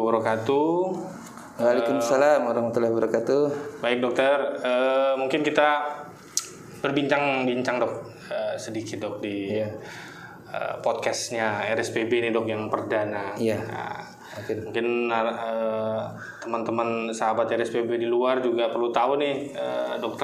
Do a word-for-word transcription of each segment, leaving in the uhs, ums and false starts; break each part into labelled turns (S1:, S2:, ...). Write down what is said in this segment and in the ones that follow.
S1: wabarakatuh.
S2: Waalaikumsalam warahmatullahi wabarakatuh.
S1: Baik dokter, uh, mungkin kita berbincang-bincang dok uh, sedikit dok di yeah. uh, podcastnya R S P B ini dok yang perdana.
S2: Iya. Yeah.
S1: Nah, okay. Mungkin uh, teman-teman sahabat R S P B di luar juga perlu tahu nih uh, dokter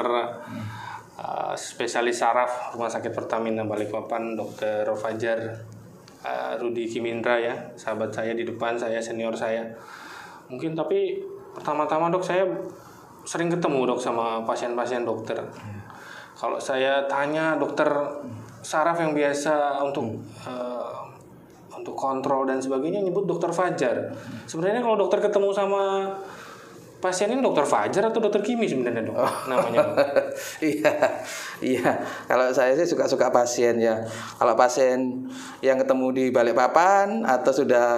S1: uh, spesialis saraf Rumah Sakit Pertamina Balikpapan, Dokter Fajar uh, Rudi Kimindra ya, sahabat saya di depan, saya senior saya. Mungkin tapi pertama-tama dok saya sering ketemu dok sama pasien-pasien dokter. Hmm. Kalau saya tanya dokter saraf yang biasa untuk hmm. uh, untuk kontrol dan sebagainya nyebut dokter Fajar. Hmm. Sebenarnya kalau dokter ketemu sama pasien ini dokter Fajar atau dokter Kimi sebenarnya dok? Oh. Namanya.
S2: Iya, iya. Kalau saya sih suka-suka pasien ya. Kalau pasien yang ketemu di Balikpapan atau sudah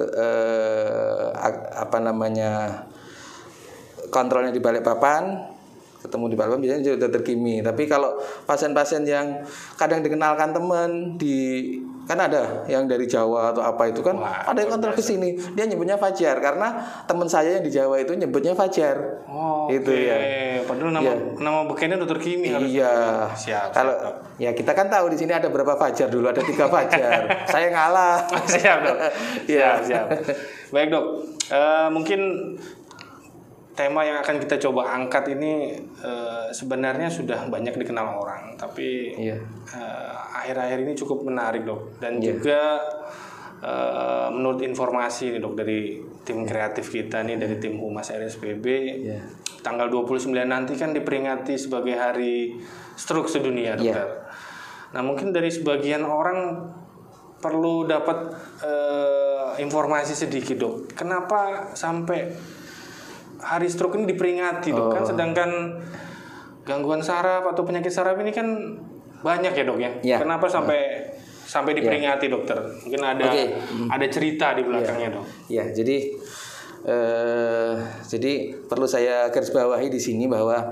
S2: eh, apa namanya kontrolnya di Balikpapan, ketemu di Balikpapan biasanya jadi dokter Kimi. Tapi kalau pasien-pasien yang kadang dikenalkan teman di kan ada yang dari Jawa atau apa itu kan. Wah, ada yang kontrol ke sini dia nyebutnya Fajar karena teman saya yang di Jawa itu nyebutnya Fajar.
S1: Oh,
S2: itu
S1: okay.
S2: ya.
S1: Padahal nama ya. nama bekennya dokter Kimi.
S2: Iya.
S1: Siap.
S2: Kalau ya kita kan tahu di sini ada berapa Fajar dulu, ada tiga Fajar. Saya ngalah.
S1: Siap dok. Siap, siap. Baik dok. Uh, mungkin tema yang akan kita coba angkat ini uh, sebenarnya sudah banyak dikenal orang, tapi yeah. uh, akhir-akhir ini cukup menarik dok, dan yeah. juga uh, menurut informasi nih dok dari tim kreatif kita nih, dari tim Humas R S P B, yeah. tanggal dua puluh sembilan nanti kan diperingati sebagai Hari Stroke Sedunia dokter. Yeah. Nah mungkin dari sebagian orang perlu dapat uh, informasi sedikit dok, kenapa sampai Hari Stroke ini diperingati dok, oh. kan sedangkan gangguan saraf atau penyakit saraf ini kan banyak ya dok ya. Yeah. Kenapa sampai uh. sampai diperingati yeah. dokter? Mungkin ada okay. ada cerita di belakangnya yeah. dok.
S2: Ya, yeah. jadi uh, jadi perlu saya garis bawahi di sini bahwa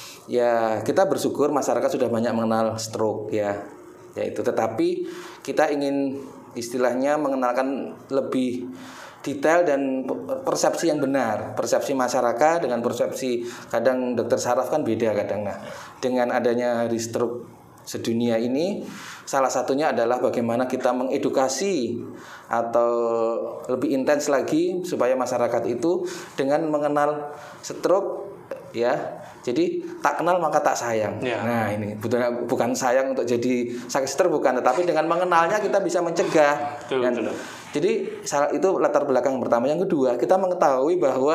S2: ya kita bersyukur masyarakat sudah banyak mengenal stroke ya, yaitu tetapi kita ingin istilahnya mengenalkan lebih detail dan persepsi yang benar, persepsi masyarakat dengan persepsi kadang dokter saraf kan beda kadang. Nah, dengan adanya Hari Stroke Sedunia ini salah satunya adalah bagaimana kita mengedukasi atau lebih intens lagi supaya masyarakat itu dengan mengenal stroke ya. Jadi tak kenal maka tak sayang. Ya. Nah, ini bukan bukan sayang untuk jadi sakit stroke bukan, tetapi dengan mengenalnya kita bisa mencegah.
S1: Betul,
S2: dan,
S1: betul.
S2: Jadi itu latar belakang yang pertama. Yang kedua, kita mengetahui bahwa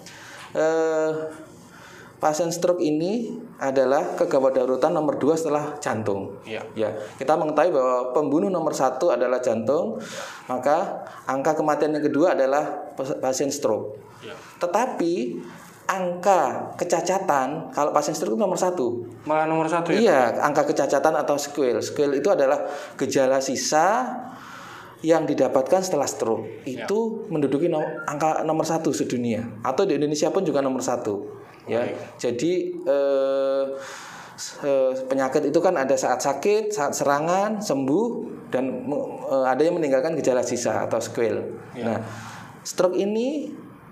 S2: eh, pasien stroke ini adalah kegawat daruratan nomor dua setelah jantung. Ya. Ya, kita mengetahui bahwa pembunuh nomor satu adalah jantung, maka angka kematian yang kedua adalah pasien stroke. Ya. Tetapi angka kecacatan kalau pasien stroke itu nomor satu.
S1: Malah nomor satu ya?
S2: Iya, angka kecacatan atau sequel. Sequel itu adalah gejala sisa yang didapatkan setelah stroke. Itu ya. menduduki no, angka nomor satu sedunia. Atau di Indonesia pun juga nomor satu. Ya, Baik. jadi eh, eh, penyakit itu kan ada saat sakit, saat serangan, sembuh, dan eh, ada yang meninggalkan gejala sisa atau sequel. Ya. Nah, stroke ini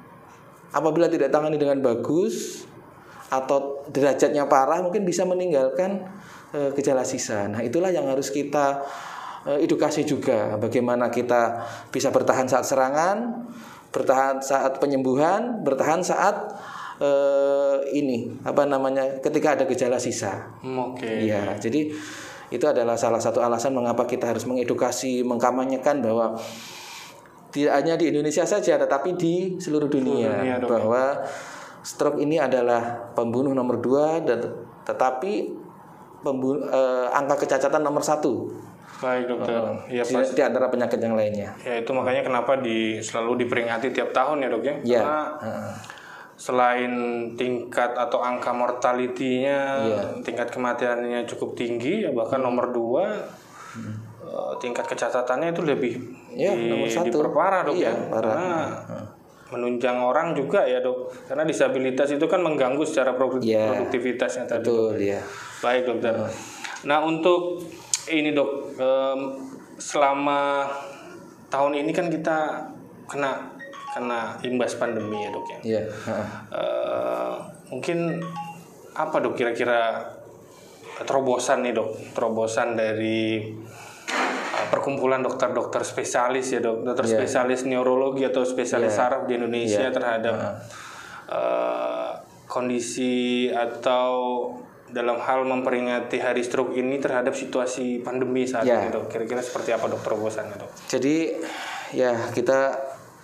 S2: apabila tidak tangani dengan bagus atau derajatnya parah mungkin bisa meninggalkan e, gejala sisa. Nah, itulah yang harus kita e, edukasi juga, bagaimana kita bisa bertahan saat serangan, bertahan saat penyembuhan, bertahan saat e, ini apa namanya ketika ada gejala sisa.
S1: Oke. Okay.
S2: Iya, jadi itu adalah salah satu alasan mengapa kita harus mengedukasi, mengkampanyekan bahwa tidak hanya di Indonesia saja, tetapi di seluruh dunia, dunia bahwa stroke ini adalah pembunuh nomor dua, dan tetapi pembunuh, eh, angka kecacatan nomor satu.
S1: Baik dokter. Uh, ya,
S2: di, di antara penyakit yang lainnya.
S1: Ya itu makanya kenapa di selalu diperingati tiap tahun ya dok ya.
S2: Ya.
S1: Karena uh. selain tingkat atau angka mortality-nya, ya. tingkat kematiannya cukup tinggi, ya bahkan hmm. nomor dua. Hmm. tingkat kecatatannya itu lebih
S2: ya,
S1: di,
S2: nomor satu.
S1: diperparah dok
S2: iya,
S1: ya,
S2: parah.
S1: Karena hmm. menunjang orang juga ya dok, karena disabilitas itu kan mengganggu secara
S2: ya,
S1: produktivitasnya tadi.
S2: Betul ya.
S1: Baik dokter. Hmm. Nah untuk ini dok, um, selama tahun ini kan kita kena kena imbas pandemi ya dok ya.
S2: Iya.
S1: Uh, mungkin apa dok kira-kira terobosan nih dok, terobosan dari uh, perkumpulan dokter-dokter spesialis ya dok, dokter yeah. spesialis neurologi atau spesialis yeah. saraf di Indonesia yeah. terhadap uh. Uh, kondisi atau dalam hal memperingati Hari Stroke ini terhadap situasi pandemi saat yeah. ini dok. Kira-kira seperti apa dok terobosannya dok?
S2: Jadi ya kita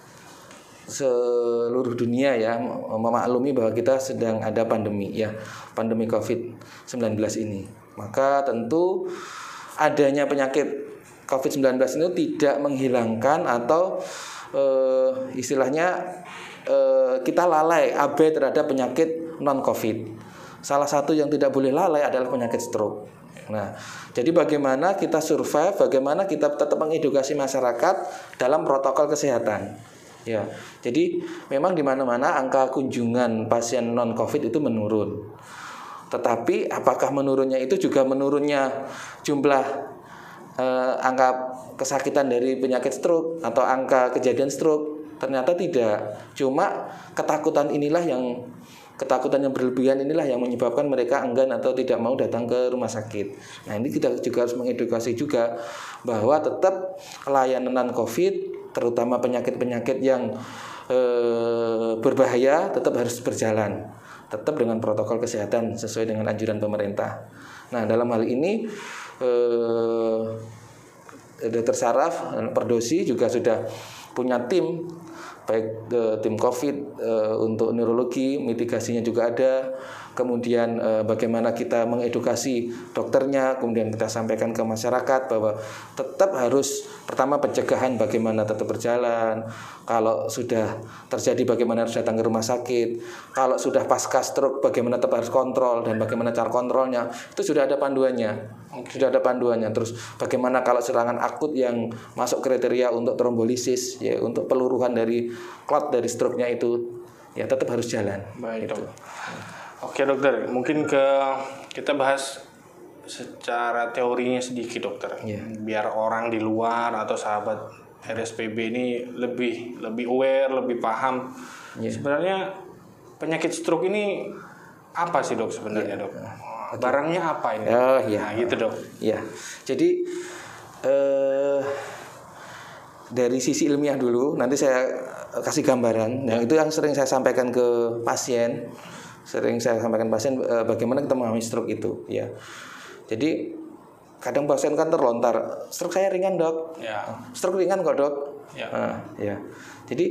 S2: seluruh dunia ya memaklumi bahwa kita sedang ada pandemi ya, pandemi covid sembilan belas ini. Maka tentu adanya penyakit covid sembilan belas itu tidak menghilangkan atau eh, istilahnya eh, kita lalai abai terhadap penyakit non covid. Salah satu yang tidak boleh lalai adalah penyakit stroke. Nah, jadi bagaimana kita survive, bagaimana kita tetap mengedukasi masyarakat dalam protokol kesehatan. Ya, jadi memang di mana-mana angka kunjungan pasien non covid itu menurun. Tetapi apakah menurunnya itu juga menurunnya jumlah eh, angka kesakitan dari penyakit stroke atau angka kejadian stroke? Ternyata tidak. Cuma ketakutan inilah yang ketakutan yang berlebihan inilah yang menyebabkan mereka enggan atau tidak mau datang ke rumah sakit. Nah, ini kita juga harus mengedukasi juga bahwa tetap layanan non covid terutama penyakit-penyakit yang e, berbahaya tetap harus berjalan, tetap dengan protokol kesehatan sesuai dengan anjuran pemerintah. Nah, dalam hal ini e, Dokter Saraf Perdosi juga sudah punya tim, baik e, tim COVID e, untuk neurologi, mitigasinya juga ada. Kemudian e, bagaimana kita mengedukasi dokternya, kemudian kita sampaikan ke masyarakat bahwa tetap harus pertama pencegahan bagaimana tetap berjalan. Kalau sudah terjadi bagaimana harus datang ke rumah sakit. Kalau sudah pasca stroke bagaimana tetap harus kontrol dan bagaimana cara kontrolnya. Itu sudah ada panduannya. Sudah ada panduannya. Terus bagaimana kalau serangan akut yang masuk kriteria untuk trombolisis ya, untuk peluruhan dari clot dari stroke-nya itu ya tetap harus jalan.
S1: Baik, gitu. Dok. Oke dokter, mungkin ke kita bahas secara teorinya sedikit dokter, yeah. biar orang di luar atau sahabat R S P B ini lebih lebih aware, lebih paham. Yeah. Sebenarnya penyakit stroke ini apa sih dok sebenarnya yeah. dok? Okay. Barangnya apa ini?
S2: Oh iya,
S1: nah, gitu dok.
S2: Iya, jadi eh, dari sisi ilmiah dulu, nanti saya kasih gambaran. Nah itu yang sering saya sampaikan ke pasien. Sering saya sampaikan pasien e, bagaimana kita memahami stroke itu ya. Jadi kadang pasien kan terlontar, stroke saya ringan dok, ya. Stroke ringan kok dok, ya. Nah, ya. Jadi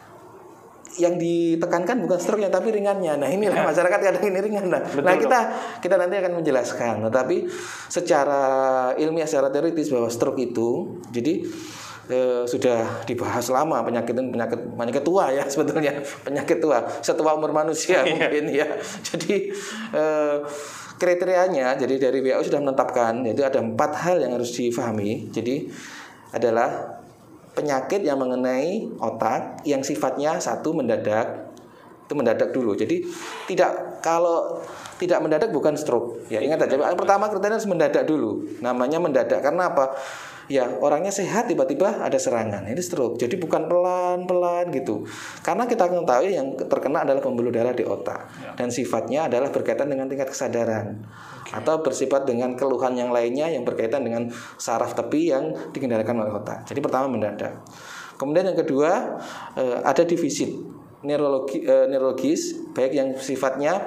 S2: yang ditekankan bukan stroke-nya tapi ringannya. Nah inilah ya. Masyarakat kadang ini ringan. Nah, nah kita kita nanti akan menjelaskan. Tetapi secara ilmiah, secara teoritis bahwa stroke itu, jadi E, sudah dibahas lama penyakit penyakit penyakit tua ya sebetulnya penyakit tua setua umur manusia mungkin ya. Jadi e, kriterianya jadi dari W H O sudah menetapkan yaitu ada empat hal yang harus difahami. Jadi adalah penyakit yang mengenai otak yang sifatnya satu mendadak, itu mendadak dulu. Jadi tidak kalau tidak mendadak bukan stroke ya, ingat aja pertama kriteria harus mendadak dulu. Namanya mendadak karena apa? Ya orangnya sehat tiba-tiba ada serangan, ini stroke. Jadi bukan pelan-pelan gitu. Karena kita ketahui yang terkena adalah pembuluh darah di otak ya. Dan sifatnya adalah berkaitan dengan tingkat kesadaran okay. Atau bersifat dengan keluhan yang lainnya yang berkaitan dengan saraf tepi yang dikendalikan oleh otak. Jadi pertama mendadak. Kemudian yang kedua eh, ada defisit neurologi, eh, neurologis baik yang sifatnya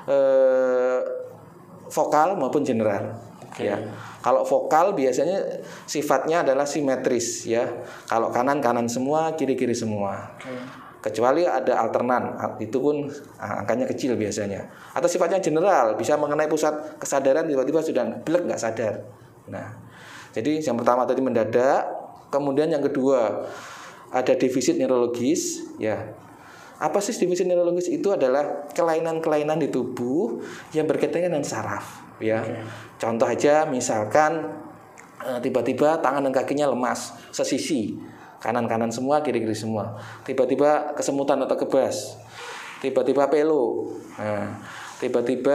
S2: eh, vokal maupun general okay. Ya. Kalau vokal biasanya sifatnya adalah simetris ya. Kalau kanan kanan semua, kiri kiri semua. Okay. Kecuali ada alternan, itu pun angkanya kecil biasanya. Atau sifatnya general, bisa mengenai pusat kesadaran tiba-tiba sudah blek nggak sadar. Nah, jadi yang pertama tadi mendadak, kemudian yang kedua ada defisit neurologis ya. Apa sih defisit neurologis itu adalah kelainan-kelainan di tubuh yang berkaitan dengan saraf ya. Okay. Contoh aja misalkan tiba-tiba tangan dan kakinya lemas sesisi, kanan-kanan semua, kiri-kiri semua. Tiba-tiba kesemutan atau kebas. Tiba-tiba pelo. Nah, tiba-tiba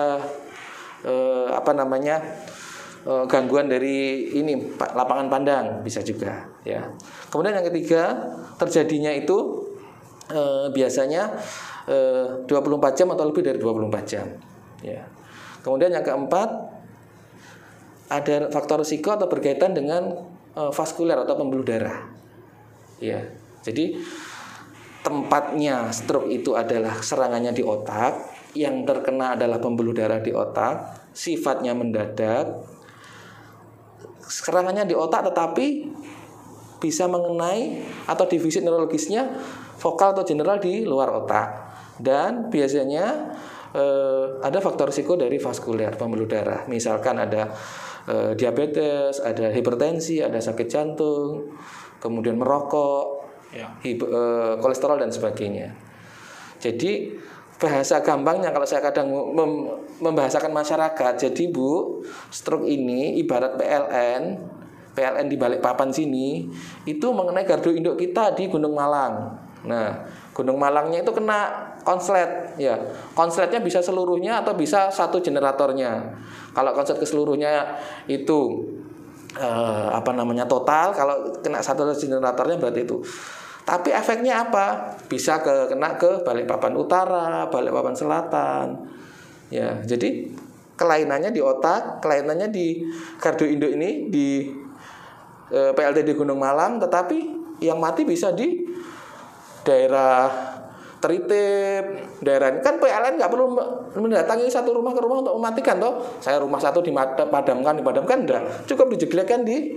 S2: eh, apa namanya? Eh, gangguan dari ini lapangan pandang bisa juga ya. Kemudian yang ketiga terjadinya itu eh, biasanya eh, dua puluh empat jam atau lebih dari dua puluh empat jam. Ya. Kemudian yang keempat, ada faktor risiko atau berkaitan dengan eh, vaskuler atau pembuluh darah. Ya. Jadi tempatnya stroke itu adalah serangannya di otak, yang terkena adalah pembuluh darah di otak, sifatnya mendadak, serangannya di otak tetapi bisa mengenai atau divisi neurologisnya vokal atau general di luar otak, dan biasanya eh, ada faktor risiko dari vaskuler pembuluh darah, misalkan ada eh, diabetes, ada hipertensi, ada sakit jantung, kemudian merokok, ya. hip, eh, kolesterol dan sebagainya. Jadi bahasa gampangnya kalau saya kadang mem- membahasakan masyarakat, jadi Bu, stroke ini ibarat P L N, P L N di Balikpapan sini itu mengenai gardu induk kita di Gunung Malang. Nah, Gunung Malangnya itu kena konslet, ya. Konsletnya bisa seluruhnya atau bisa satu generatornya. Kalau konslet keseluruhnya itu eh, apa namanya total, kalau kena satu generatornya berarti itu. Tapi efeknya apa? Bisa ke kena ke Balikpapan Utara, Balikpapan Selatan. Ya, jadi kelainannya di otak, kelainannya di gardu induk ini di e, P L T D Gunung Malang, tetapi yang mati bisa di daerah Teritip, daerah ini kan P L N nggak perlu mendatangi satu rumah ke rumah untuk mematikan toh. Saya rumah satu dipadamkan, dipadamkan enggak, cukup dijeglekkan di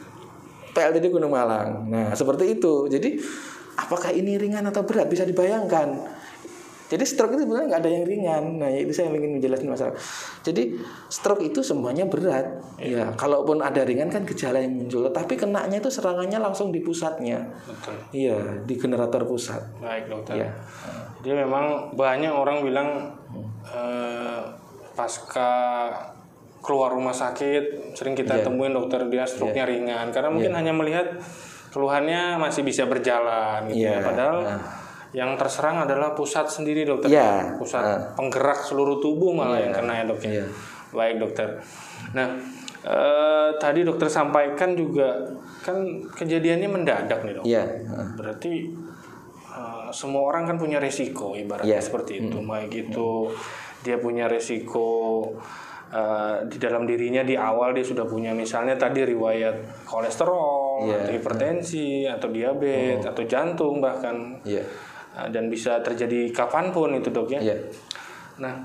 S2: P L T D Gunung Malang. Nah, seperti itu. Jadi, apakah ini ringan atau berat bisa dibayangkan. Jadi stroke itu sebenarnya nggak ada yang ringan. Nah, itu saya ingin menjelaskan masalah. Jadi stroke itu semuanya berat. Ya, kalaupun ada ringan kan gejala yang muncul, tapi kenanya itu serangannya langsung di pusatnya.
S1: Betul.
S2: Iya, di generator pusat.
S1: Baik, dokter.
S2: Ya.
S1: Jadi memang banyak orang bilang eh, pasca keluar rumah sakit sering kita yeah. temuin dokter dia stroke-nya yeah. ringan karena mungkin yeah. hanya melihat keluhannya masih bisa berjalan gitu yeah. ya. Padahal uh. yang terserang adalah pusat sendiri dokter,
S2: yeah.
S1: pusat uh. penggerak seluruh tubuh malah yeah. yang kena ya dok. Yeah. Baik dokter. Nah eh, tadi dokter sampaikan juga kan kejadiannya mendadak nih dok.
S2: Yeah. Uh.
S1: Berarti eh, semua orang kan punya resiko ibaratnya yeah. seperti itu. Mm. Baik itu dia punya resiko Uh, di dalam dirinya di awal dia sudah punya misalnya tadi riwayat kolesterol, yeah. atau hipertensi, atau diabetes, oh. atau jantung bahkan, yeah. uh, dan bisa terjadi kapanpun itu dok ya. Yeah. Nah,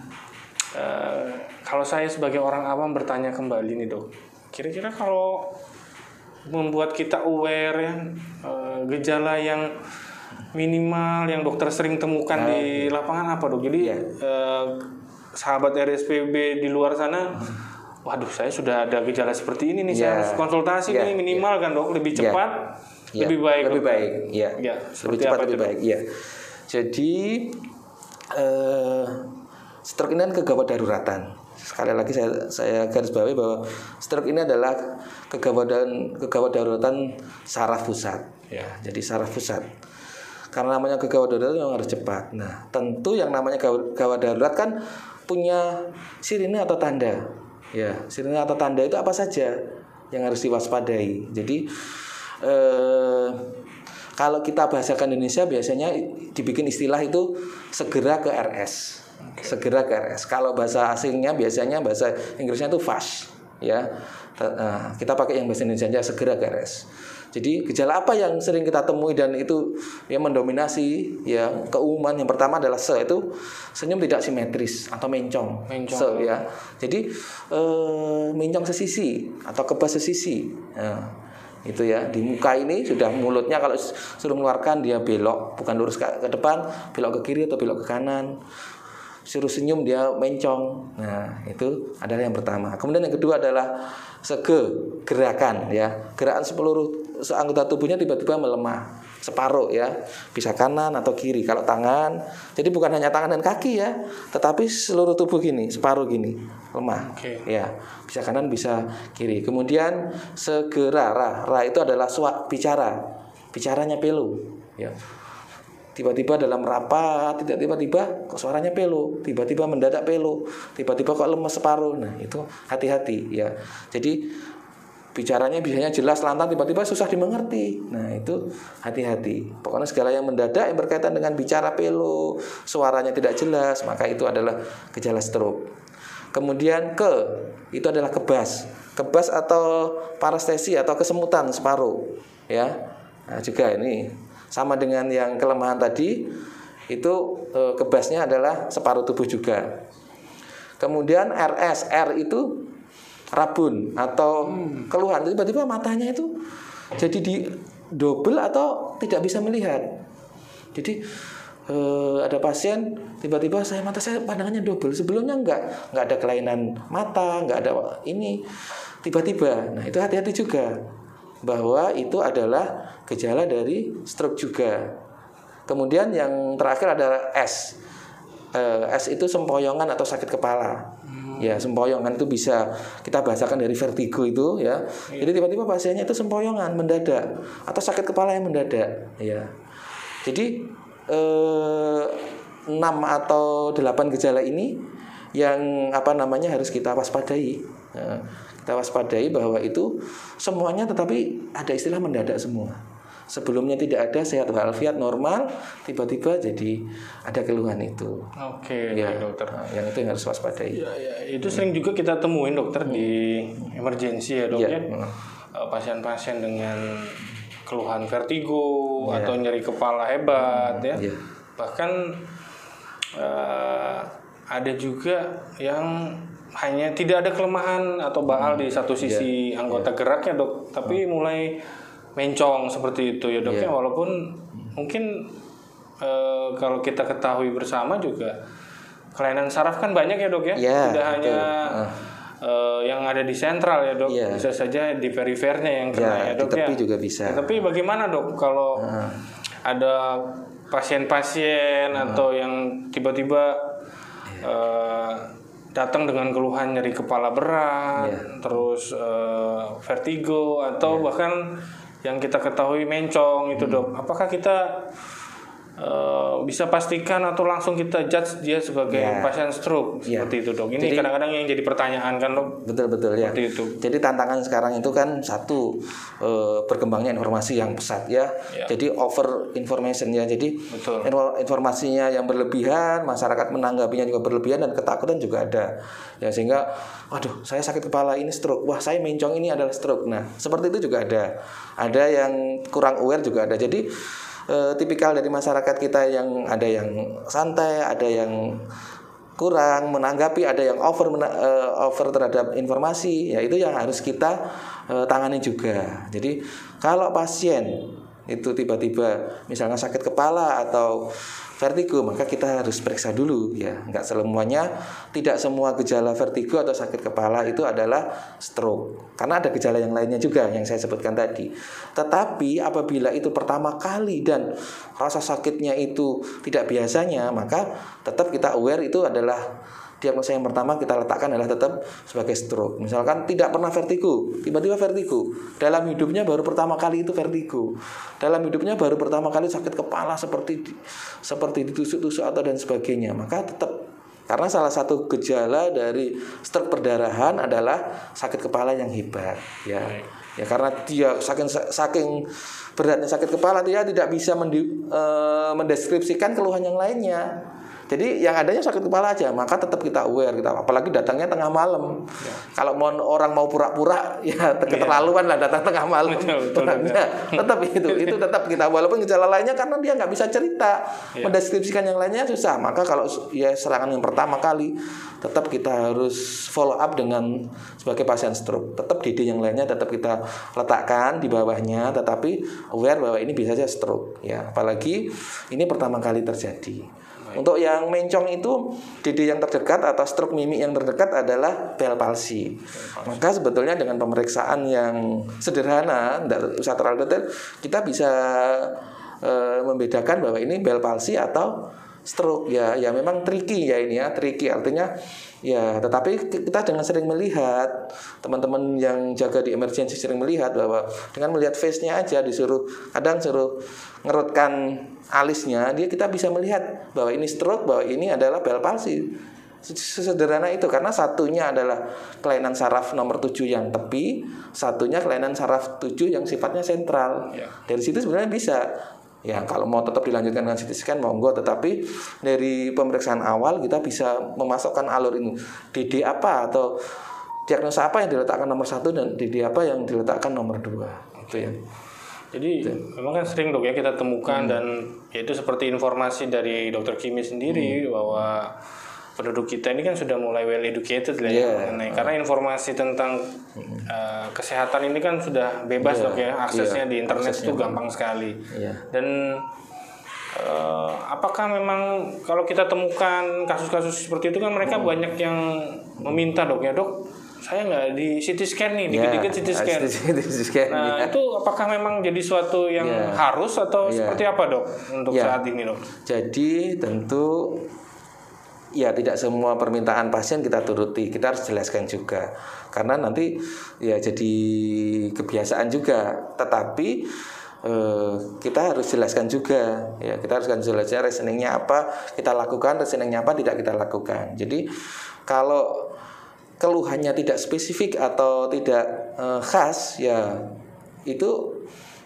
S1: uh, kalau saya sebagai orang awam bertanya kembali nih dok, kira-kira kalau membuat kita aware ya uh, gejala yang minimal yang dokter sering temukan nah, di lapangan apa dok? Jadi yeah. uh, sahabat R S P B di luar sana, waduh saya sudah ada gejala seperti ini nih, yeah. saya harus konsultasi yeah. nih minimal yeah. kan dok, lebih cepat, yeah. lebih baik,
S2: lebih
S1: dokter.
S2: baik, ya,
S1: ya
S2: lebih cepat, lebih baik, ya. Jadi uh, stroke ini kan kegawat daruratan. Sekali lagi saya saya garis bawahi bahwa stroke ini adalah kegawatan kegawat daruratan saraf pusat, ya. Jadi saraf pusat. Karena namanya gawat darurat memang harus cepat. Nah, tentu yang namanya gawat darurat kan punya sirine atau tanda. Ya, sirine atau tanda itu apa saja yang harus diwaspadai. Jadi eh, kalau kita bahasakan Indonesia biasanya dibikin istilah itu segera ke R S. Segera ke R S. Kalau bahasa asingnya biasanya bahasa Inggrisnya itu fast, ya. Nah, kita pakai yang bahasa Indonesia aja, segera ke R S. Jadi gejala apa yang sering kita temui dan itu yang mendominasi ya keumuman, yang pertama adalah se itu senyum tidak simetris atau mencong,
S1: mencong.
S2: Se ya. Jadi eh, mencong sesisi atau kebas sesisi. Nah, itu ya, di muka ini sudah mulutnya kalau suruh mengeluarkan dia belok, bukan lurus ke, ke depan, belok ke kiri atau belok ke kanan. Suruh senyum dia mencong. Nah, itu adalah yang pertama. Kemudian yang kedua adalah sege, gerakan ya. Gerakan seluruh anggota tubuhnya tiba-tiba melemah separuh ya. Bisa kanan atau kiri. Kalau tangan, jadi bukan hanya tangan dan kaki ya, tetapi seluruh tubuh gini, separuh gini, lemah. Okay. Ya. Bisa kanan, bisa kiri. Kemudian segera, ra, ra itu adalah suara bicara. Bicaranya pilu ya. Tiba-tiba dalam rapat, tidak tiba-tiba kok suaranya pelo, tiba-tiba mendadak pelo, tiba-tiba kok lemes separuh. Nah, itu hati-hati ya. Jadi bicaranya biasanya jelas lantang, tiba-tiba susah dimengerti. Nah itu hati-hati. Pokoknya segala yang mendadak yang berkaitan dengan bicara pelo, suaranya tidak jelas, maka itu adalah gejala stroke. Kemudian ke, itu adalah kebas, kebas atau parestesi atau kesemutan separuh, ya. Nah, juga ini sama dengan yang kelemahan tadi, itu eh, kebasnya adalah separuh tubuh juga. Kemudian R S, R itu rabun atau keluhan, tiba-tiba matanya itu jadi di double atau tidak bisa melihat. Jadi eh, ada pasien tiba-tiba saya mata saya pandangannya double, sebelumnya enggak enggak ada kelainan mata, enggak ada ini, tiba-tiba. Nah itu hati-hati juga bahwa itu adalah gejala dari stroke juga. Kemudian yang terakhir adalah S. eh, S itu sempoyongan atau sakit kepala. Ya, sempoyongan itu bisa kita bahasakan dari vertigo itu ya. Jadi tiba-tiba pasiennya itu sempoyongan mendadak atau sakit kepala yang mendadak ya. Jadi eh, enam atau delapan gejala ini yang apa namanya harus kita waspadai. Ya, kita waspadai bahwa itu semuanya tetapi ada istilah mendadak semua. Sebelumnya tidak ada, sehat walafiat normal, tiba-tiba jadi ada keluhan itu.
S1: Oke,
S2: ya,
S1: dokter.
S2: Nah, yang itu yang harus waspadai.
S1: Ya, ya, itu sering juga kita temuin dokter hmm. di emergensi ya dok ya. ya. Pasien-pasien dengan keluhan vertigo ya. Atau nyeri kepala hebat ya. ya. Bahkan uh, ada juga yang hanya tidak ada kelemahan atau baal hmm. di satu sisi ya. Anggota ya. Geraknya dok, tapi hmm. mulai mencong seperti itu ya dok ya, yeah. Walaupun mungkin e, kalau kita ketahui bersama juga kelainan saraf kan banyak ya dok ya, yeah, tidak betul. hanya uh. e, yang ada di sentral ya dok, yeah. Bisa saja di perifernya yang kena yeah, ya dok ya. Tapi
S2: juga bisa.
S1: Ya, tapi bagaimana dok kalau uh. ada pasien-pasien uh. atau yang tiba-tiba yeah. e, datang dengan keluhan nyeri kepala berat, yeah. terus e, vertigo atau yeah. bahkan yang kita ketahui mencong itu dok, apakah kita uh, bisa pastikan atau langsung kita judge dia sebagai ya. pasien stroke ya. Seperti itu dok? Ini jadi, kadang-kadang yang jadi pertanyaan kan dok? Betul-betul ya. Itu.
S2: Jadi tantangan sekarang itu kan satu uh, berkembangnya informasi yang pesat ya. ya. Jadi over information ya. Jadi Betul. informasinya yang berlebihan, masyarakat menanggapinya juga berlebihan dan ketakutan juga ada. Ya sehingga, waduh saya sakit kepala ini stroke, wah saya mencong ini adalah stroke. Nah seperti itu juga ada. Ada yang kurang aware juga ada. Jadi e, tipikal dari masyarakat kita yang ada yang santai, ada yang kurang menanggapi, ada yang over mena- e, over terhadap informasi. Ya itu yang harus kita e, tangani juga. Jadi kalau pasien itu tiba-tiba misalnya sakit kepala atau vertigo, maka kita harus periksa dulu ya. Enggak semuanya, tidak semua gejala vertigo atau sakit kepala itu adalah stroke. Karena ada gejala yang lainnya juga yang saya sebutkan tadi. Tetapi apabila itu pertama kali dan rasa sakitnya itu tidak biasanya, maka tetap kita aware itu adalah diagnosa yang pertama kita letakkan adalah tetap sebagai stroke. Misalkan tidak pernah vertigo, tiba-tiba vertigo. Dalam hidupnya baru pertama kali itu vertigo. Dalam hidupnya baru pertama kali sakit kepala seperti seperti ditusuk-tusuk atau dan sebagainya. Maka tetap, karena salah satu gejala dari stroke perdarahan adalah sakit kepala yang hebat, ya. Ya karena dia saking saking beratnya sakit kepala, dia tidak bisa mendi, e, mendeskripsikan keluhan yang lainnya. Jadi yang adanya sakit kepala aja, maka tetap kita aware, kita apalagi datangnya tengah malam. Ya. Kalau mau orang mau pura-pura, ya keterlaluan lah datang tengah malam. Betul, betul, betul. Nah, tetap itu, itu tetap kita walaupun gejala lainnya karena dia nggak bisa cerita, ya. Mendeskripsikan yang lainnya susah. Maka kalau ya serangan yang pertama kali, tetap kita harus follow up dengan sebagai pasien stroke. Tetap D D yang lainnya tetap kita letakkan di bawahnya, tetapi aware bahwa ini bisa saja stroke. Ya, apalagi ini pertama kali terjadi. Untuk yang mencong itu D D yang terdekat atau stroke mimik yang terdekat adalah Bell palsy. Maka sebetulnya dengan pemeriksaan yang sederhana, tidak usah terlalu detail, kita bisa e, membedakan bahwa ini Bell palsy atau stroke. Ya, ya memang tricky ya ini ya, tricky artinya ya. Tetapi kita dengan sering melihat teman-teman yang jaga di emergency sering melihat bahwa dengan melihat face-nya aja disuruh kadang suruh ngerutkan alisnya, dia kita bisa melihat bahwa ini stroke, bahwa ini adalah Bell palsy. Sesederhana itu, karena satunya adalah kelainan saraf nomor tujuh yang tepi, satunya kelainan saraf tujuh yang sifatnya sentral.
S1: Ya.
S2: Dari situ sebenarnya bisa. Ya, kalau mau tetap dilanjutkan dengan C T scan monggo, tetapi dari pemeriksaan awal kita bisa memasukkan alur ini. D D apa atau diagnosa apa yang diletakkan nomor satu dan D D apa yang diletakkan nomor dua. Itu ya.
S1: Jadi itu. Memang kan sering dok ya kita temukan hmm. dan yaitu seperti informasi dari dokter Kimi sendiri hmm. bahwa penduduk kita ini kan sudah mulai well educated lah yeah. ya mengenai, karena informasi tentang uh, kesehatan ini kan sudah bebas yeah. dok ya, aksesnya yeah. di internet aksesnya itu gampang sekali yeah. dan uh, apakah memang kalau kita temukan kasus-kasus seperti itu kan mereka hmm. banyak yang meminta dok ya dok, saya nggak di C T scan nih, dikit-dikit C T scan.
S2: scan
S1: nah
S2: ya.
S1: itu apakah memang jadi suatu yang yeah. harus atau yeah. seperti apa dok untuk yeah. saat ini dok?
S2: Jadi tentu ya tidak semua permintaan pasien kita turuti, kita harus jelaskan juga karena nanti ya jadi kebiasaan juga. Tetapi eh, kita harus jelaskan juga, ya kita harus jelaskan reasoningnya apa kita lakukan, reasoningnya apa tidak kita lakukan. Jadi kalau keluhannya tidak spesifik atau tidak eh, khas, ya itu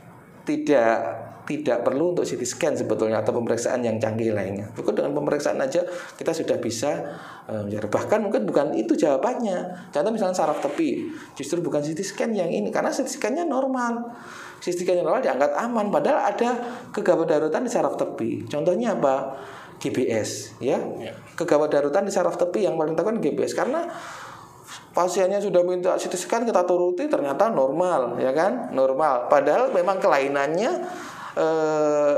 S2: tidak tidak perlu untuk C T scan sebetulnya atau pemeriksaan yang canggih lainnya. Cukup dengan pemeriksaan aja kita sudah bisa um, bahkan mungkin bukan itu jawabannya. Contoh misalnya saraf tepi, justru bukan C T scan yang ini karena C T scan-nya normal. C T scan-nya normal dianggap aman padahal ada kegawat daruratan di saraf tepi. Contohnya apa? G B S ya. Kegawat daruratan di saraf tepi yang paling tahu kan G B S karena pasiennya sudah minta C T scan kita turuti ternyata normal ya kan? Normal. Padahal memang kelainannya Eh,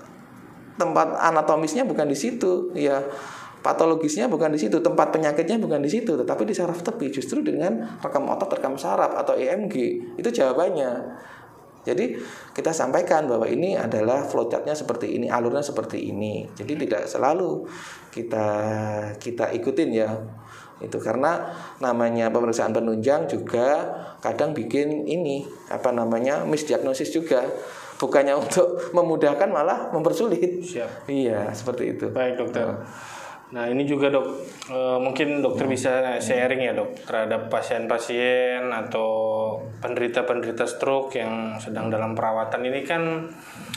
S2: tempat anatomisnya bukan di situ, ya patologisnya bukan di situ, tempat penyakitnya bukan di situ, tetapi di saraf tepi. Justru dengan rekam otot, rekam saraf atau E M G itu jawabannya. Jadi kita sampaikan bahwa ini adalah flowchartnya seperti ini, alurnya seperti ini. Jadi tidak selalu kita kita ikutin ya. Itu karena namanya pemeriksaan penunjang juga kadang bikin ini apa namanya misdiagnosis juga. Bukannya untuk memudahkan malah mempersulit.
S1: Siap.
S2: Iya, seperti itu.
S1: Baik dokter. Nah ini juga dok, e, mungkin dokter bisa sharing ya dok terhadap pasien-pasien atau penderita-penderita stroke yang sedang dalam perawatan ini kan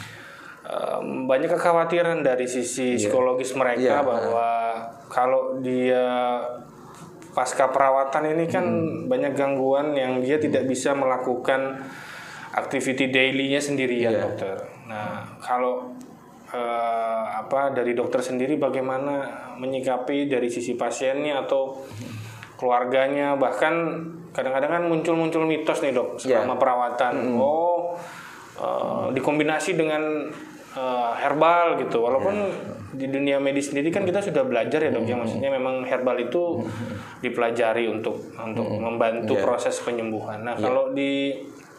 S1: e, banyak kekhawatiran dari sisi psikologis mereka yeah. bahwa kalau dia pasca perawatan ini kan hmm. banyak gangguan yang dia tidak bisa melakukan activity daily-nya sendirian yeah. dokter. Nah, kalau eh, apa dari dokter sendiri bagaimana menyikapi dari sisi pasiennya atau keluarganya, bahkan kadang-kadang kan muncul-muncul mitos nih dok selama yeah. perawatan. Mm-hmm. Oh, eh, dikombinasi dengan eh, herbal gitu. Walaupun yeah. di dunia medis sendiri kan kita sudah belajar ya dok, mm-hmm. ya maksudnya memang herbal itu dipelajari untuk untuk mm-hmm. membantu yeah. proses penyembuhan. Nah, yeah. kalau di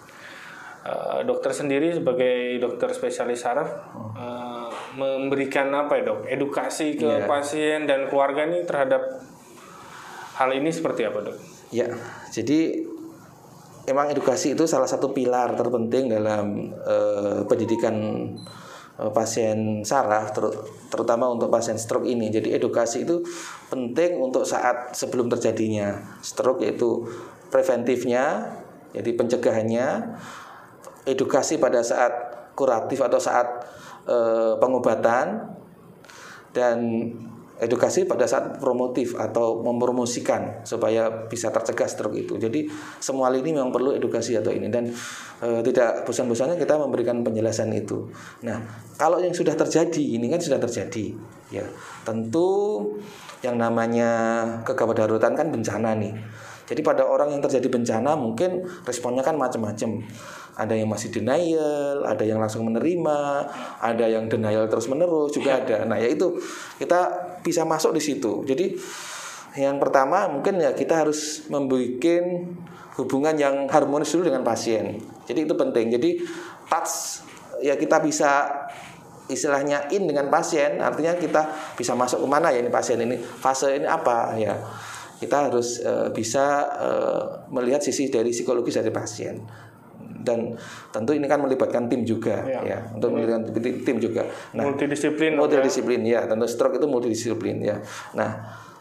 S1: Uh, dokter sendiri sebagai dokter spesialis saraf uh, memberikan apa ya dok, edukasi ke yeah. pasien dan keluarga ini terhadap hal ini seperti apa dok? Ya,
S2: jadi emang edukasi itu salah satu pilar terpenting dalam uh, pendidikan uh, pasien saraf, ter- terutama untuk pasien stroke ini. Jadi edukasi itu penting untuk saat sebelum terjadinya stroke, yaitu preventifnya, jadi pencegahannya. Edukasi pada saat kuratif atau saat e, pengobatan, dan edukasi pada saat promotif atau mempromosikan supaya bisa tercegah stroke itu. Jadi semua lini memang perlu edukasi atau ini, dan e, tidak bosan-bosannya kita memberikan penjelasan itu. Nah, kalau yang sudah terjadi ini kan sudah terjadi, ya tentu yang namanya kegawat daruratan kan bencana nih. Jadi pada orang yang terjadi bencana mungkin responnya kan macam-macam. Ada yang masih denial, ada yang langsung menerima, ada yang denial terus-menerus juga ada. Nah, ya itu kita bisa masuk di situ. Jadi yang pertama mungkin ya kita harus membuat hubungan yang harmonis dulu dengan pasien. Jadi itu penting. Jadi touch ya kita bisa istilahnya in dengan pasien, artinya kita bisa masuk ke mana ya ini pasien ini, fase ini apa ya. Kita harus uh, bisa uh, melihat sisi dari psikologis dari pasien, dan tentu ini kan melibatkan tim juga ya, ya untuk melibatkan tim juga.
S1: Nah, multidisiplin.
S2: Multidisiplin ya, tentu stroke itu multidisiplin ya. Nah,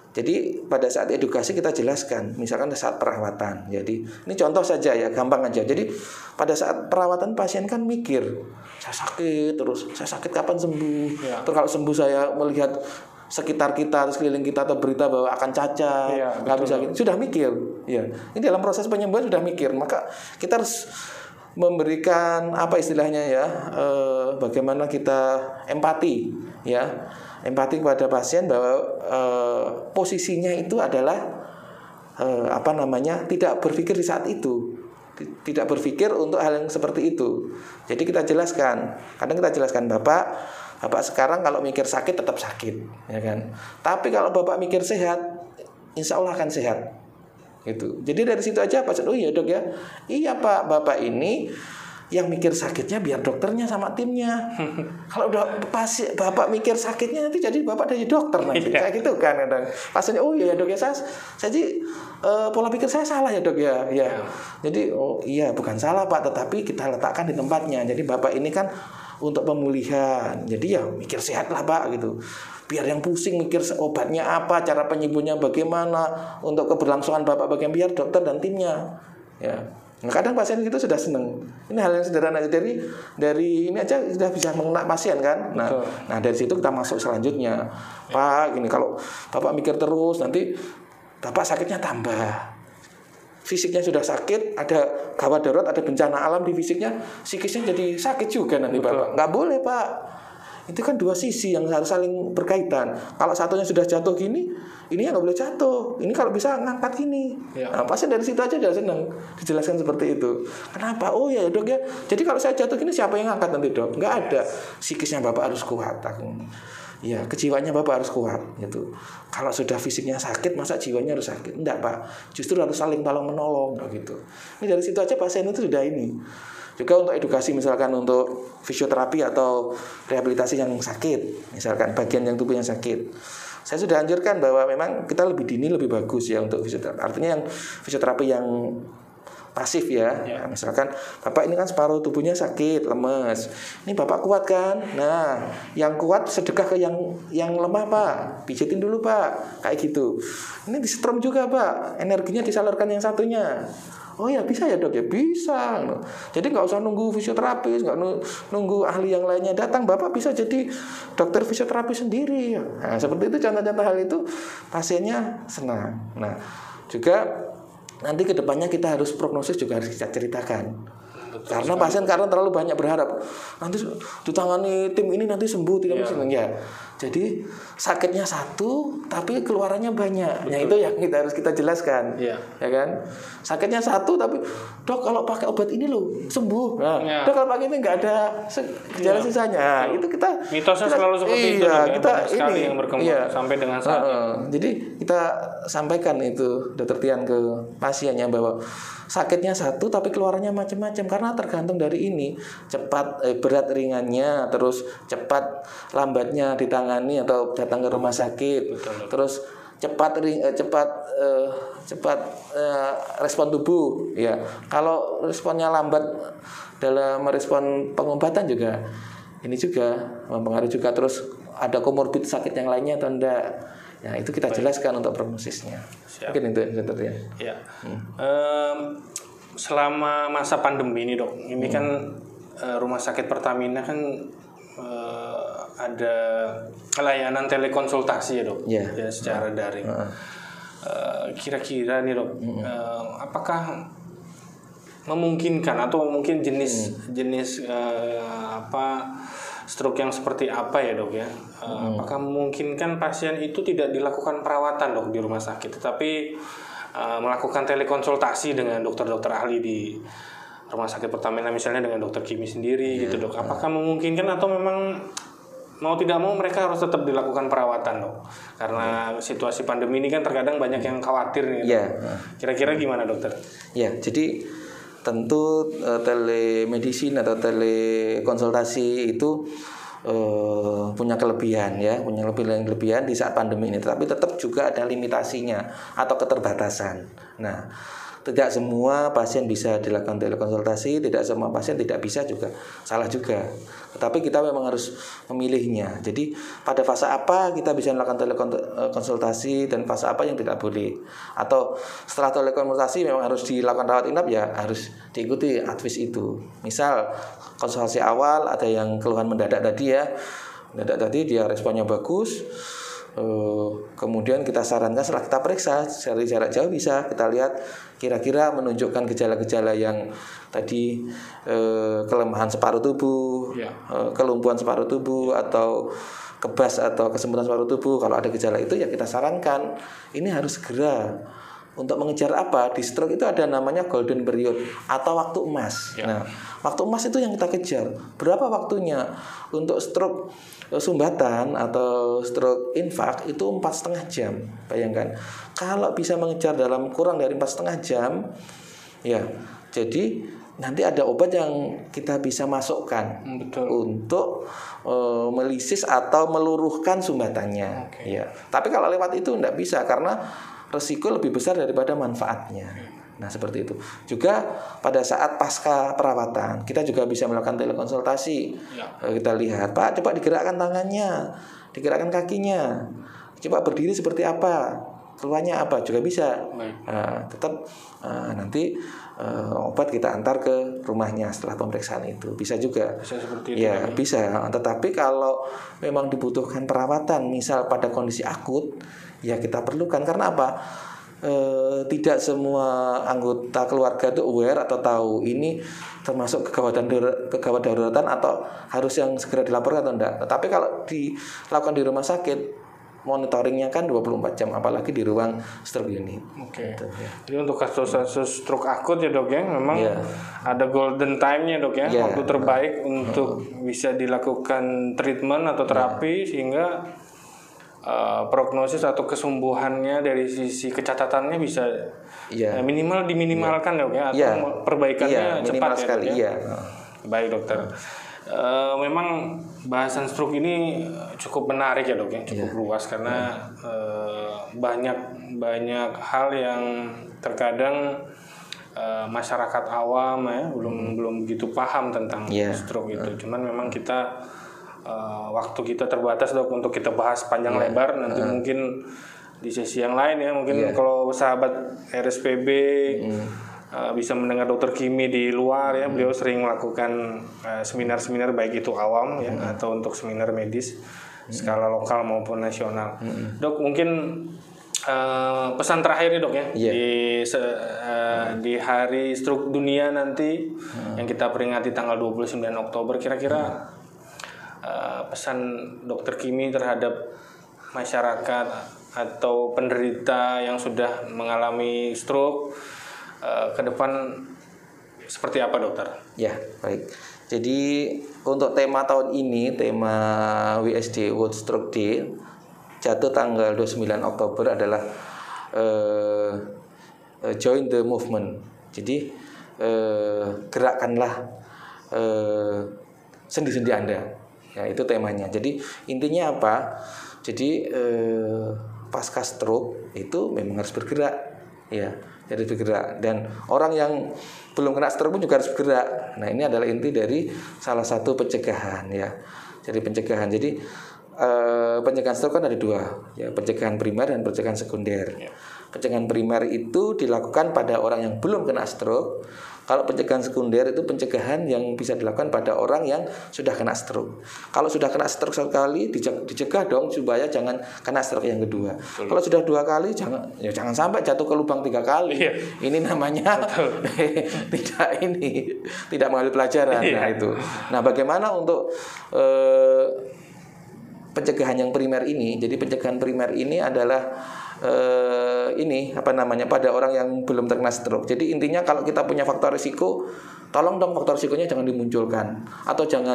S2: Jadi pada saat edukasi kita jelaskan, misalkan saat perawatan. Jadi ini contoh saja ya, gampang aja. Jadi pada saat perawatan pasien kan mikir, saya sakit terus, saya sakit kapan sembuh? Ya. Terus kalau sembuh saya melihat sekitar kita, sekeliling kita atau berita bahwa akan cacat,
S1: ya,
S2: nggak bisa gitu. Sudah mikir. Ya. Ini dalam proses penyembuhan sudah mikir. Maka kita harus memberikan apa istilahnya ya, eh, bagaimana kita empati ya. Empati kepada pasien bahwa e, posisinya itu adalah e, apa namanya tidak berpikir di saat itu, tidak berpikir untuk hal yang seperti itu. Jadi kita jelaskan, kadang kita jelaskan bapak, bapak sekarang kalau mikir sakit tetap sakit, ya kan. Tapi kalau bapak mikir sehat, insya Allah akan sehat. Gitu. Jadi dari situ aja pasien, oh iya dok ya, iya pak, bapak ini yang mikir sakitnya biar dokternya sama timnya. Kalau udah pasien bapak mikir sakitnya nanti jadi bapak dari dokter nanti kayak gitu kan kadang. Pasiennya oh iya dok ya saya jadi uh, pola pikir saya salah ya dok ya. Ya. Jadi oh iya bukan salah pak, tetapi kita letakkan di tempatnya. Jadi bapak ini kan untuk pemulihan. Jadi ya mikir sehat lah pak gitu. Biar yang pusing mikir obatnya apa, cara penyembuhnya bagaimana, untuk keberlangsungan bapak bagian biar dokter dan timnya. Ya. Nah, kadang pasien itu sudah seneng. Ini hal yang sederhana dari dari ini aja sudah bisa mengena pasien kan. Nah, Betul. nah dari situ kita masuk selanjutnya. Ya. Pak, gini kalau bapak mikir terus nanti bapak sakitnya tambah. Fisiknya sudah sakit, ada gawat darurat, ada bencana alam di fisiknya, psikisnya jadi sakit juga nanti Betul. Bapak. Nggak boleh pak. Itu kan dua sisi yang harus saling berkaitan. Kalau satunya sudah jatuh gini, ini yang nggak boleh jatuh. Ini kalau bisa ngangkat gini. Ya. Nah, pasien dari situ aja udah senang dijelaskan seperti itu. Kenapa? Oh ya dok ya. Jadi kalau saya jatuh gini siapa yang ngangkat nanti dok? Nggak ada. Psikisnya bapak harus kuat. Ya, kejiwaannya bapak harus kuat. Gitu. Kalau sudah fisiknya sakit, masa jiwanya harus sakit? Enggak pak. Justru harus saling tolong menolong. Gitu. Ini dari situ aja pasien itu sudah ini. Juga untuk edukasi misalkan untuk fisioterapi atau rehabilitasi yang sakit, misalkan bagian yang tubuh yang sakit. Saya sudah anjurkan bahwa memang kita lebih dini lebih bagus ya untuk fisioterapi. Artinya yang fisioterapi yang pasif ya. ya. Nah, misalkan bapak ini kan separuh tubuhnya sakit, lemes. Ini bapak kuat kan? Nah, yang kuat sedekah ke yang yang lemah pak, pijitin dulu pak, kayak gitu. Ini disetrum juga pak, energinya disalurkan yang satunya. Oh ya bisa ya dok ya bisa. Jadi nggak usah nunggu fisioterapis, nggak nunggu ahli yang lainnya datang. Bapak bisa jadi dokter fisioterapi sendiri. Nah seperti itu contoh-contoh hal itu pasiennya senang. Nah juga nanti kedepannya kita harus prognosis juga harus kita ceritakan. Betul, karena sekali. Pasien karena terlalu banyak berharap nanti ditangani tim ini nanti sembuh tidak bisa ya. Jadi sakitnya satu tapi keluarannya banyak. Betul. Nah itu yang kita harus kita jelaskan ya. Ya kan sakitnya satu tapi dok kalau pakai obat ini loh sembuh. Nah, ya. Dok kalau pakai ini nggak ada gejala ya. Sisanya. Nah, itu kita
S1: mitosnya
S2: kita,
S1: selalu seperti
S2: iya,
S1: itu ya,
S2: kita ini
S1: yang berkembang iya. sampai dengan saat
S2: uh, uh, jadi kita sampaikan itu dokter Tian ke pasiennya bahwa sakitnya satu tapi keluarannya macam-macam karena tergantung dari ini cepat eh, berat ringannya terus cepat lambatnya ditangani atau datang ke rumah sakit. Betul, betul. Terus cepat ring eh, cepat eh, cepat eh, respon tubuh ya kalau responnya lambat dalam merespon pengobatan juga ini juga mempengaruhi juga terus ada komorbid sakit yang lainnya atau enggak. Ya itu kita Baik. Jelaskan untuk prognosisnya. Siap. Mungkin itu sebenarnya.
S1: Ya. Hmm. Um, selama masa pandemi ini dok, ini hmm. kan uh, rumah sakit Pertamina kan uh, ada layanan telekonsultasi ya dok, yeah. ya secara daring. Uh. Uh, kira-kira nih dok, hmm. uh, apakah memungkinkan atau mungkin jenis hmm. jenis uh, apa stroke yang seperti apa ya dok ya? Hmm. Apakah memungkinkan pasien itu tidak dilakukan perawatan dok di rumah sakit, tetapi uh, melakukan telekonsultasi dengan dokter-dokter ahli di rumah sakit Pertamina misalnya dengan dokter Kimi sendiri yeah. gitu dok? Apakah memungkinkan atau memang mau tidak mau mereka harus tetap dilakukan perawatan dok? Karena yeah. situasi pandemi ini kan terkadang banyak yang khawatir nih. Dok. Yeah. Kira-kira gimana dokter?
S2: Ya yeah, jadi tentu uh, telemedicine atau telekonsultasi itu uh, punya kelebihan ya, punya kelebihan kelebihan di saat pandemi ini. Tetapi tetap juga ada limitasinya atau keterbatasan. Nah, tidak semua pasien bisa dilakukan telekonsultasi, tidak semua pasien tidak bisa juga, salah juga. Tetapi kita memang harus memilihnya. Jadi pada fase apa kita bisa melakukan telekonsultasi dan fase apa yang tidak boleh. Atau setelah telekonsultasi memang harus dilakukan rawat inap, ya harus diikuti advice itu. Misal konsultasi awal ada yang keluhan mendadak tadi ya, mendadak tadi dia responnya bagus. Uh, kemudian kita sarankan setelah kita periksa dari jarak jauh bisa kita lihat kira-kira menunjukkan gejala-gejala yang tadi uh, kelemahan separuh tubuh, yeah. uh, kelumpuhan separuh tubuh atau kebas atau kesembuhan separuh tubuh. Kalau ada gejala itu ya kita sarankan ini harus segera untuk mengejar apa? Di stroke itu ada namanya golden period atau waktu emas. Yeah. Nah, waktu emas itu yang kita kejar. Berapa waktunya untuk stroke sumbatan atau stroke infak itu empat setengah jam. Bayangkan kalau bisa mengejar dalam kurang dari empat setengah jam, ya jadi nanti ada obat yang kita bisa masukkan. Betul. Untuk uh, melisis atau meluruhkan sumbatannya. Okay. Ya. Tapi kalau lewat itu tidak bisa karena resiko lebih besar daripada manfaatnya. Nah seperti itu. Juga pada saat pasca perawatan kita juga bisa melakukan telekonsultasi. Ya. Kita lihat, Pak, coba digerakkan tangannya, digerakkan kakinya, coba berdiri seperti apa, keluarnya apa, juga bisa. Nah, tetap uh, nanti uh, obat kita antar ke rumahnya setelah pemeriksaan itu. Bisa juga. Bisa seperti itu. Ya, ya, bisa. Tetapi kalau memang dibutuhkan perawatan, misal pada kondisi akut, ya kita perlukan. Karena apa? E, tidak semua anggota keluarga itu aware atau tahu ini termasuk kegawatan kegawat daruratan atau harus yang segera dilaporkan atau enggak. Tetapi kalau dilakukan di rumah sakit, monitoringnya kan dua puluh empat jam, apalagi di ruang stroke unit. Oke.
S1: Gitu, ya. Jadi untuk kasus-kasus stroke akut ya dok ya, memang ya. Ada golden time-nya dok ya, ya. Waktu terbaik uh, untuk uh, bisa dilakukan treatment atau terapi ya. Sehingga Uh, prognosis atau kesembuhannya dari sisi kecatatannya bisa yeah. uh, minimal diminimalkan yeah. dok ya, atau yeah. perbaikannya yeah, cepat ya sekali, dok ya. Yeah. Baik dokter. Uh, memang bahasan stroke ini cukup menarik ya dok ya, cukup yeah. luas karena yeah. uh, banyak banyak hal yang terkadang uh, masyarakat awam ya belum hmm. belum begitu paham tentang yeah. stroke itu. Uh. Cuman memang kita Uh, waktu kita terbatas dok untuk kita bahas panjang yeah. lebar nanti uh. mungkin di sesi yang lain ya mungkin yeah. kalau sahabat R S P B mm. uh, bisa mendengar dokter Kimi di luar ya mm. beliau sering melakukan uh, seminar-seminar baik itu awam ya mm. atau untuk seminar medis mm. skala lokal maupun nasional. Mm. Dok mungkin uh, pesan terakhir nih dok ya yeah. di se, uh, mm. di hari stroke dunia nanti mm. yang kita peringati tanggal dua puluh sembilan Oktober kira-kira mm. Uh, pesan dokter Kimi terhadap masyarakat atau penderita yang sudah mengalami stroke uh, ke depan seperti apa dokter?
S2: Ya baik. Jadi untuk tema tahun ini, tema W S D World Stroke Day jatuh tanggal dua puluh sembilan Oktober adalah uh, uh, Join the Movement. Jadi uh, gerakkanlah uh, sendi-sendi Anda. Ya itu temanya. Jadi intinya apa? Jadi eh, pasca stroke itu memang harus bergerak, ya, jadi bergerak. Dan orang yang belum kena stroke pun juga harus bergerak. Nah ini adalah inti dari salah satu pencegahan, ya. Jadi pencegahan. Jadi eh, pencegahan stroke kan ada dua, ya, pencegahan primer dan pencegahan sekunder. Ya. Pencegahan primer itu dilakukan pada orang yang belum kena stroke. Kalau pencegahan sekunder itu pencegahan yang bisa dilakukan pada orang yang sudah kena stroke. Kalau sudah kena stroke sekali, dicegah dong supaya jangan kena stroke yang kedua. Betul. Kalau sudah dua kali, jangan ya jangan sampai jatuh ke lubang tiga kali. Iya. Ini namanya tidak ini tidak mengambil pelajaran. Iya. Nah itu. Nah bagaimana untuk eh, pencegahan yang primer ini? Jadi pencegahan primer ini adalah Uh, ini apa namanya pada orang yang belum terkena stroke. Jadi intinya kalau kita punya faktor risiko, tolong dong faktor risikonya jangan dimunculkan atau jangan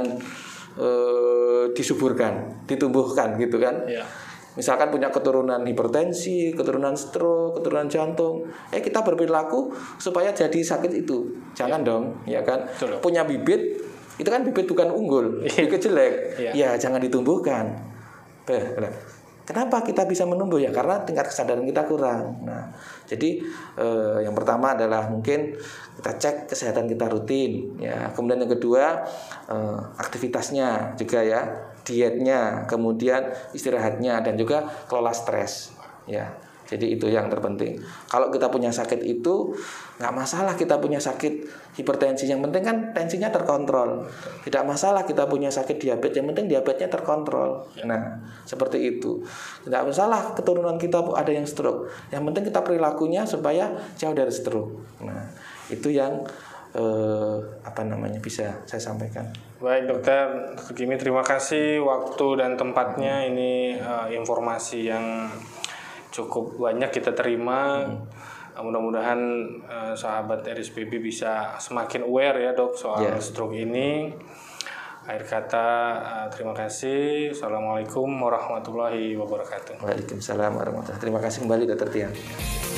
S2: uh, disuburkan, ditumbuhkan gitu kan. Yeah. Misalkan punya keturunan hipertensi, keturunan stroke, keturunan jantung, eh kita berperilaku supaya jadi sakit itu. Jangan yeah. dong, ya kan. Betul. Punya bibit, itu kan bibit bukan unggul, bibit jelek. Yeah. Ya jangan ditumbuhkan. Bah, Kenapa kita bisa menumbuh ya? Karena tingkat kesadaran kita kurang. Nah, jadi eh, yang pertama adalah mungkin kita cek kesehatan kita rutin, ya. Kemudian yang kedua eh, aktivitasnya juga ya, dietnya, kemudian istirahatnya dan juga kelola stres, ya. Jadi itu yang terpenting. Kalau kita punya sakit itu nggak masalah kita punya sakit hipertensi, yang penting kan tensinya terkontrol. Tidak masalah kita punya sakit diabetes, yang penting diabetesnya terkontrol. Nah seperti itu. Tidak masalah keturunan kita ada yang stroke, yang penting kita perilakunya supaya jauh dari stroke. Nah itu yang eh, apa namanya bisa saya sampaikan.
S1: Baik dokter, dokter Kimi terima kasih waktu dan tempatnya. Ini uh, informasi yang cukup banyak kita terima. Hmm. Mudah-mudahan uh, sahabat R S P B bisa semakin aware ya dok soal yeah. stroke ini. Akhir kata uh, terima kasih. Assalamualaikum warahmatullahi wabarakatuh.
S2: Waalaikumsalam warahmatullahi wabarakatuh. Terima kasih kembali dokter Tian.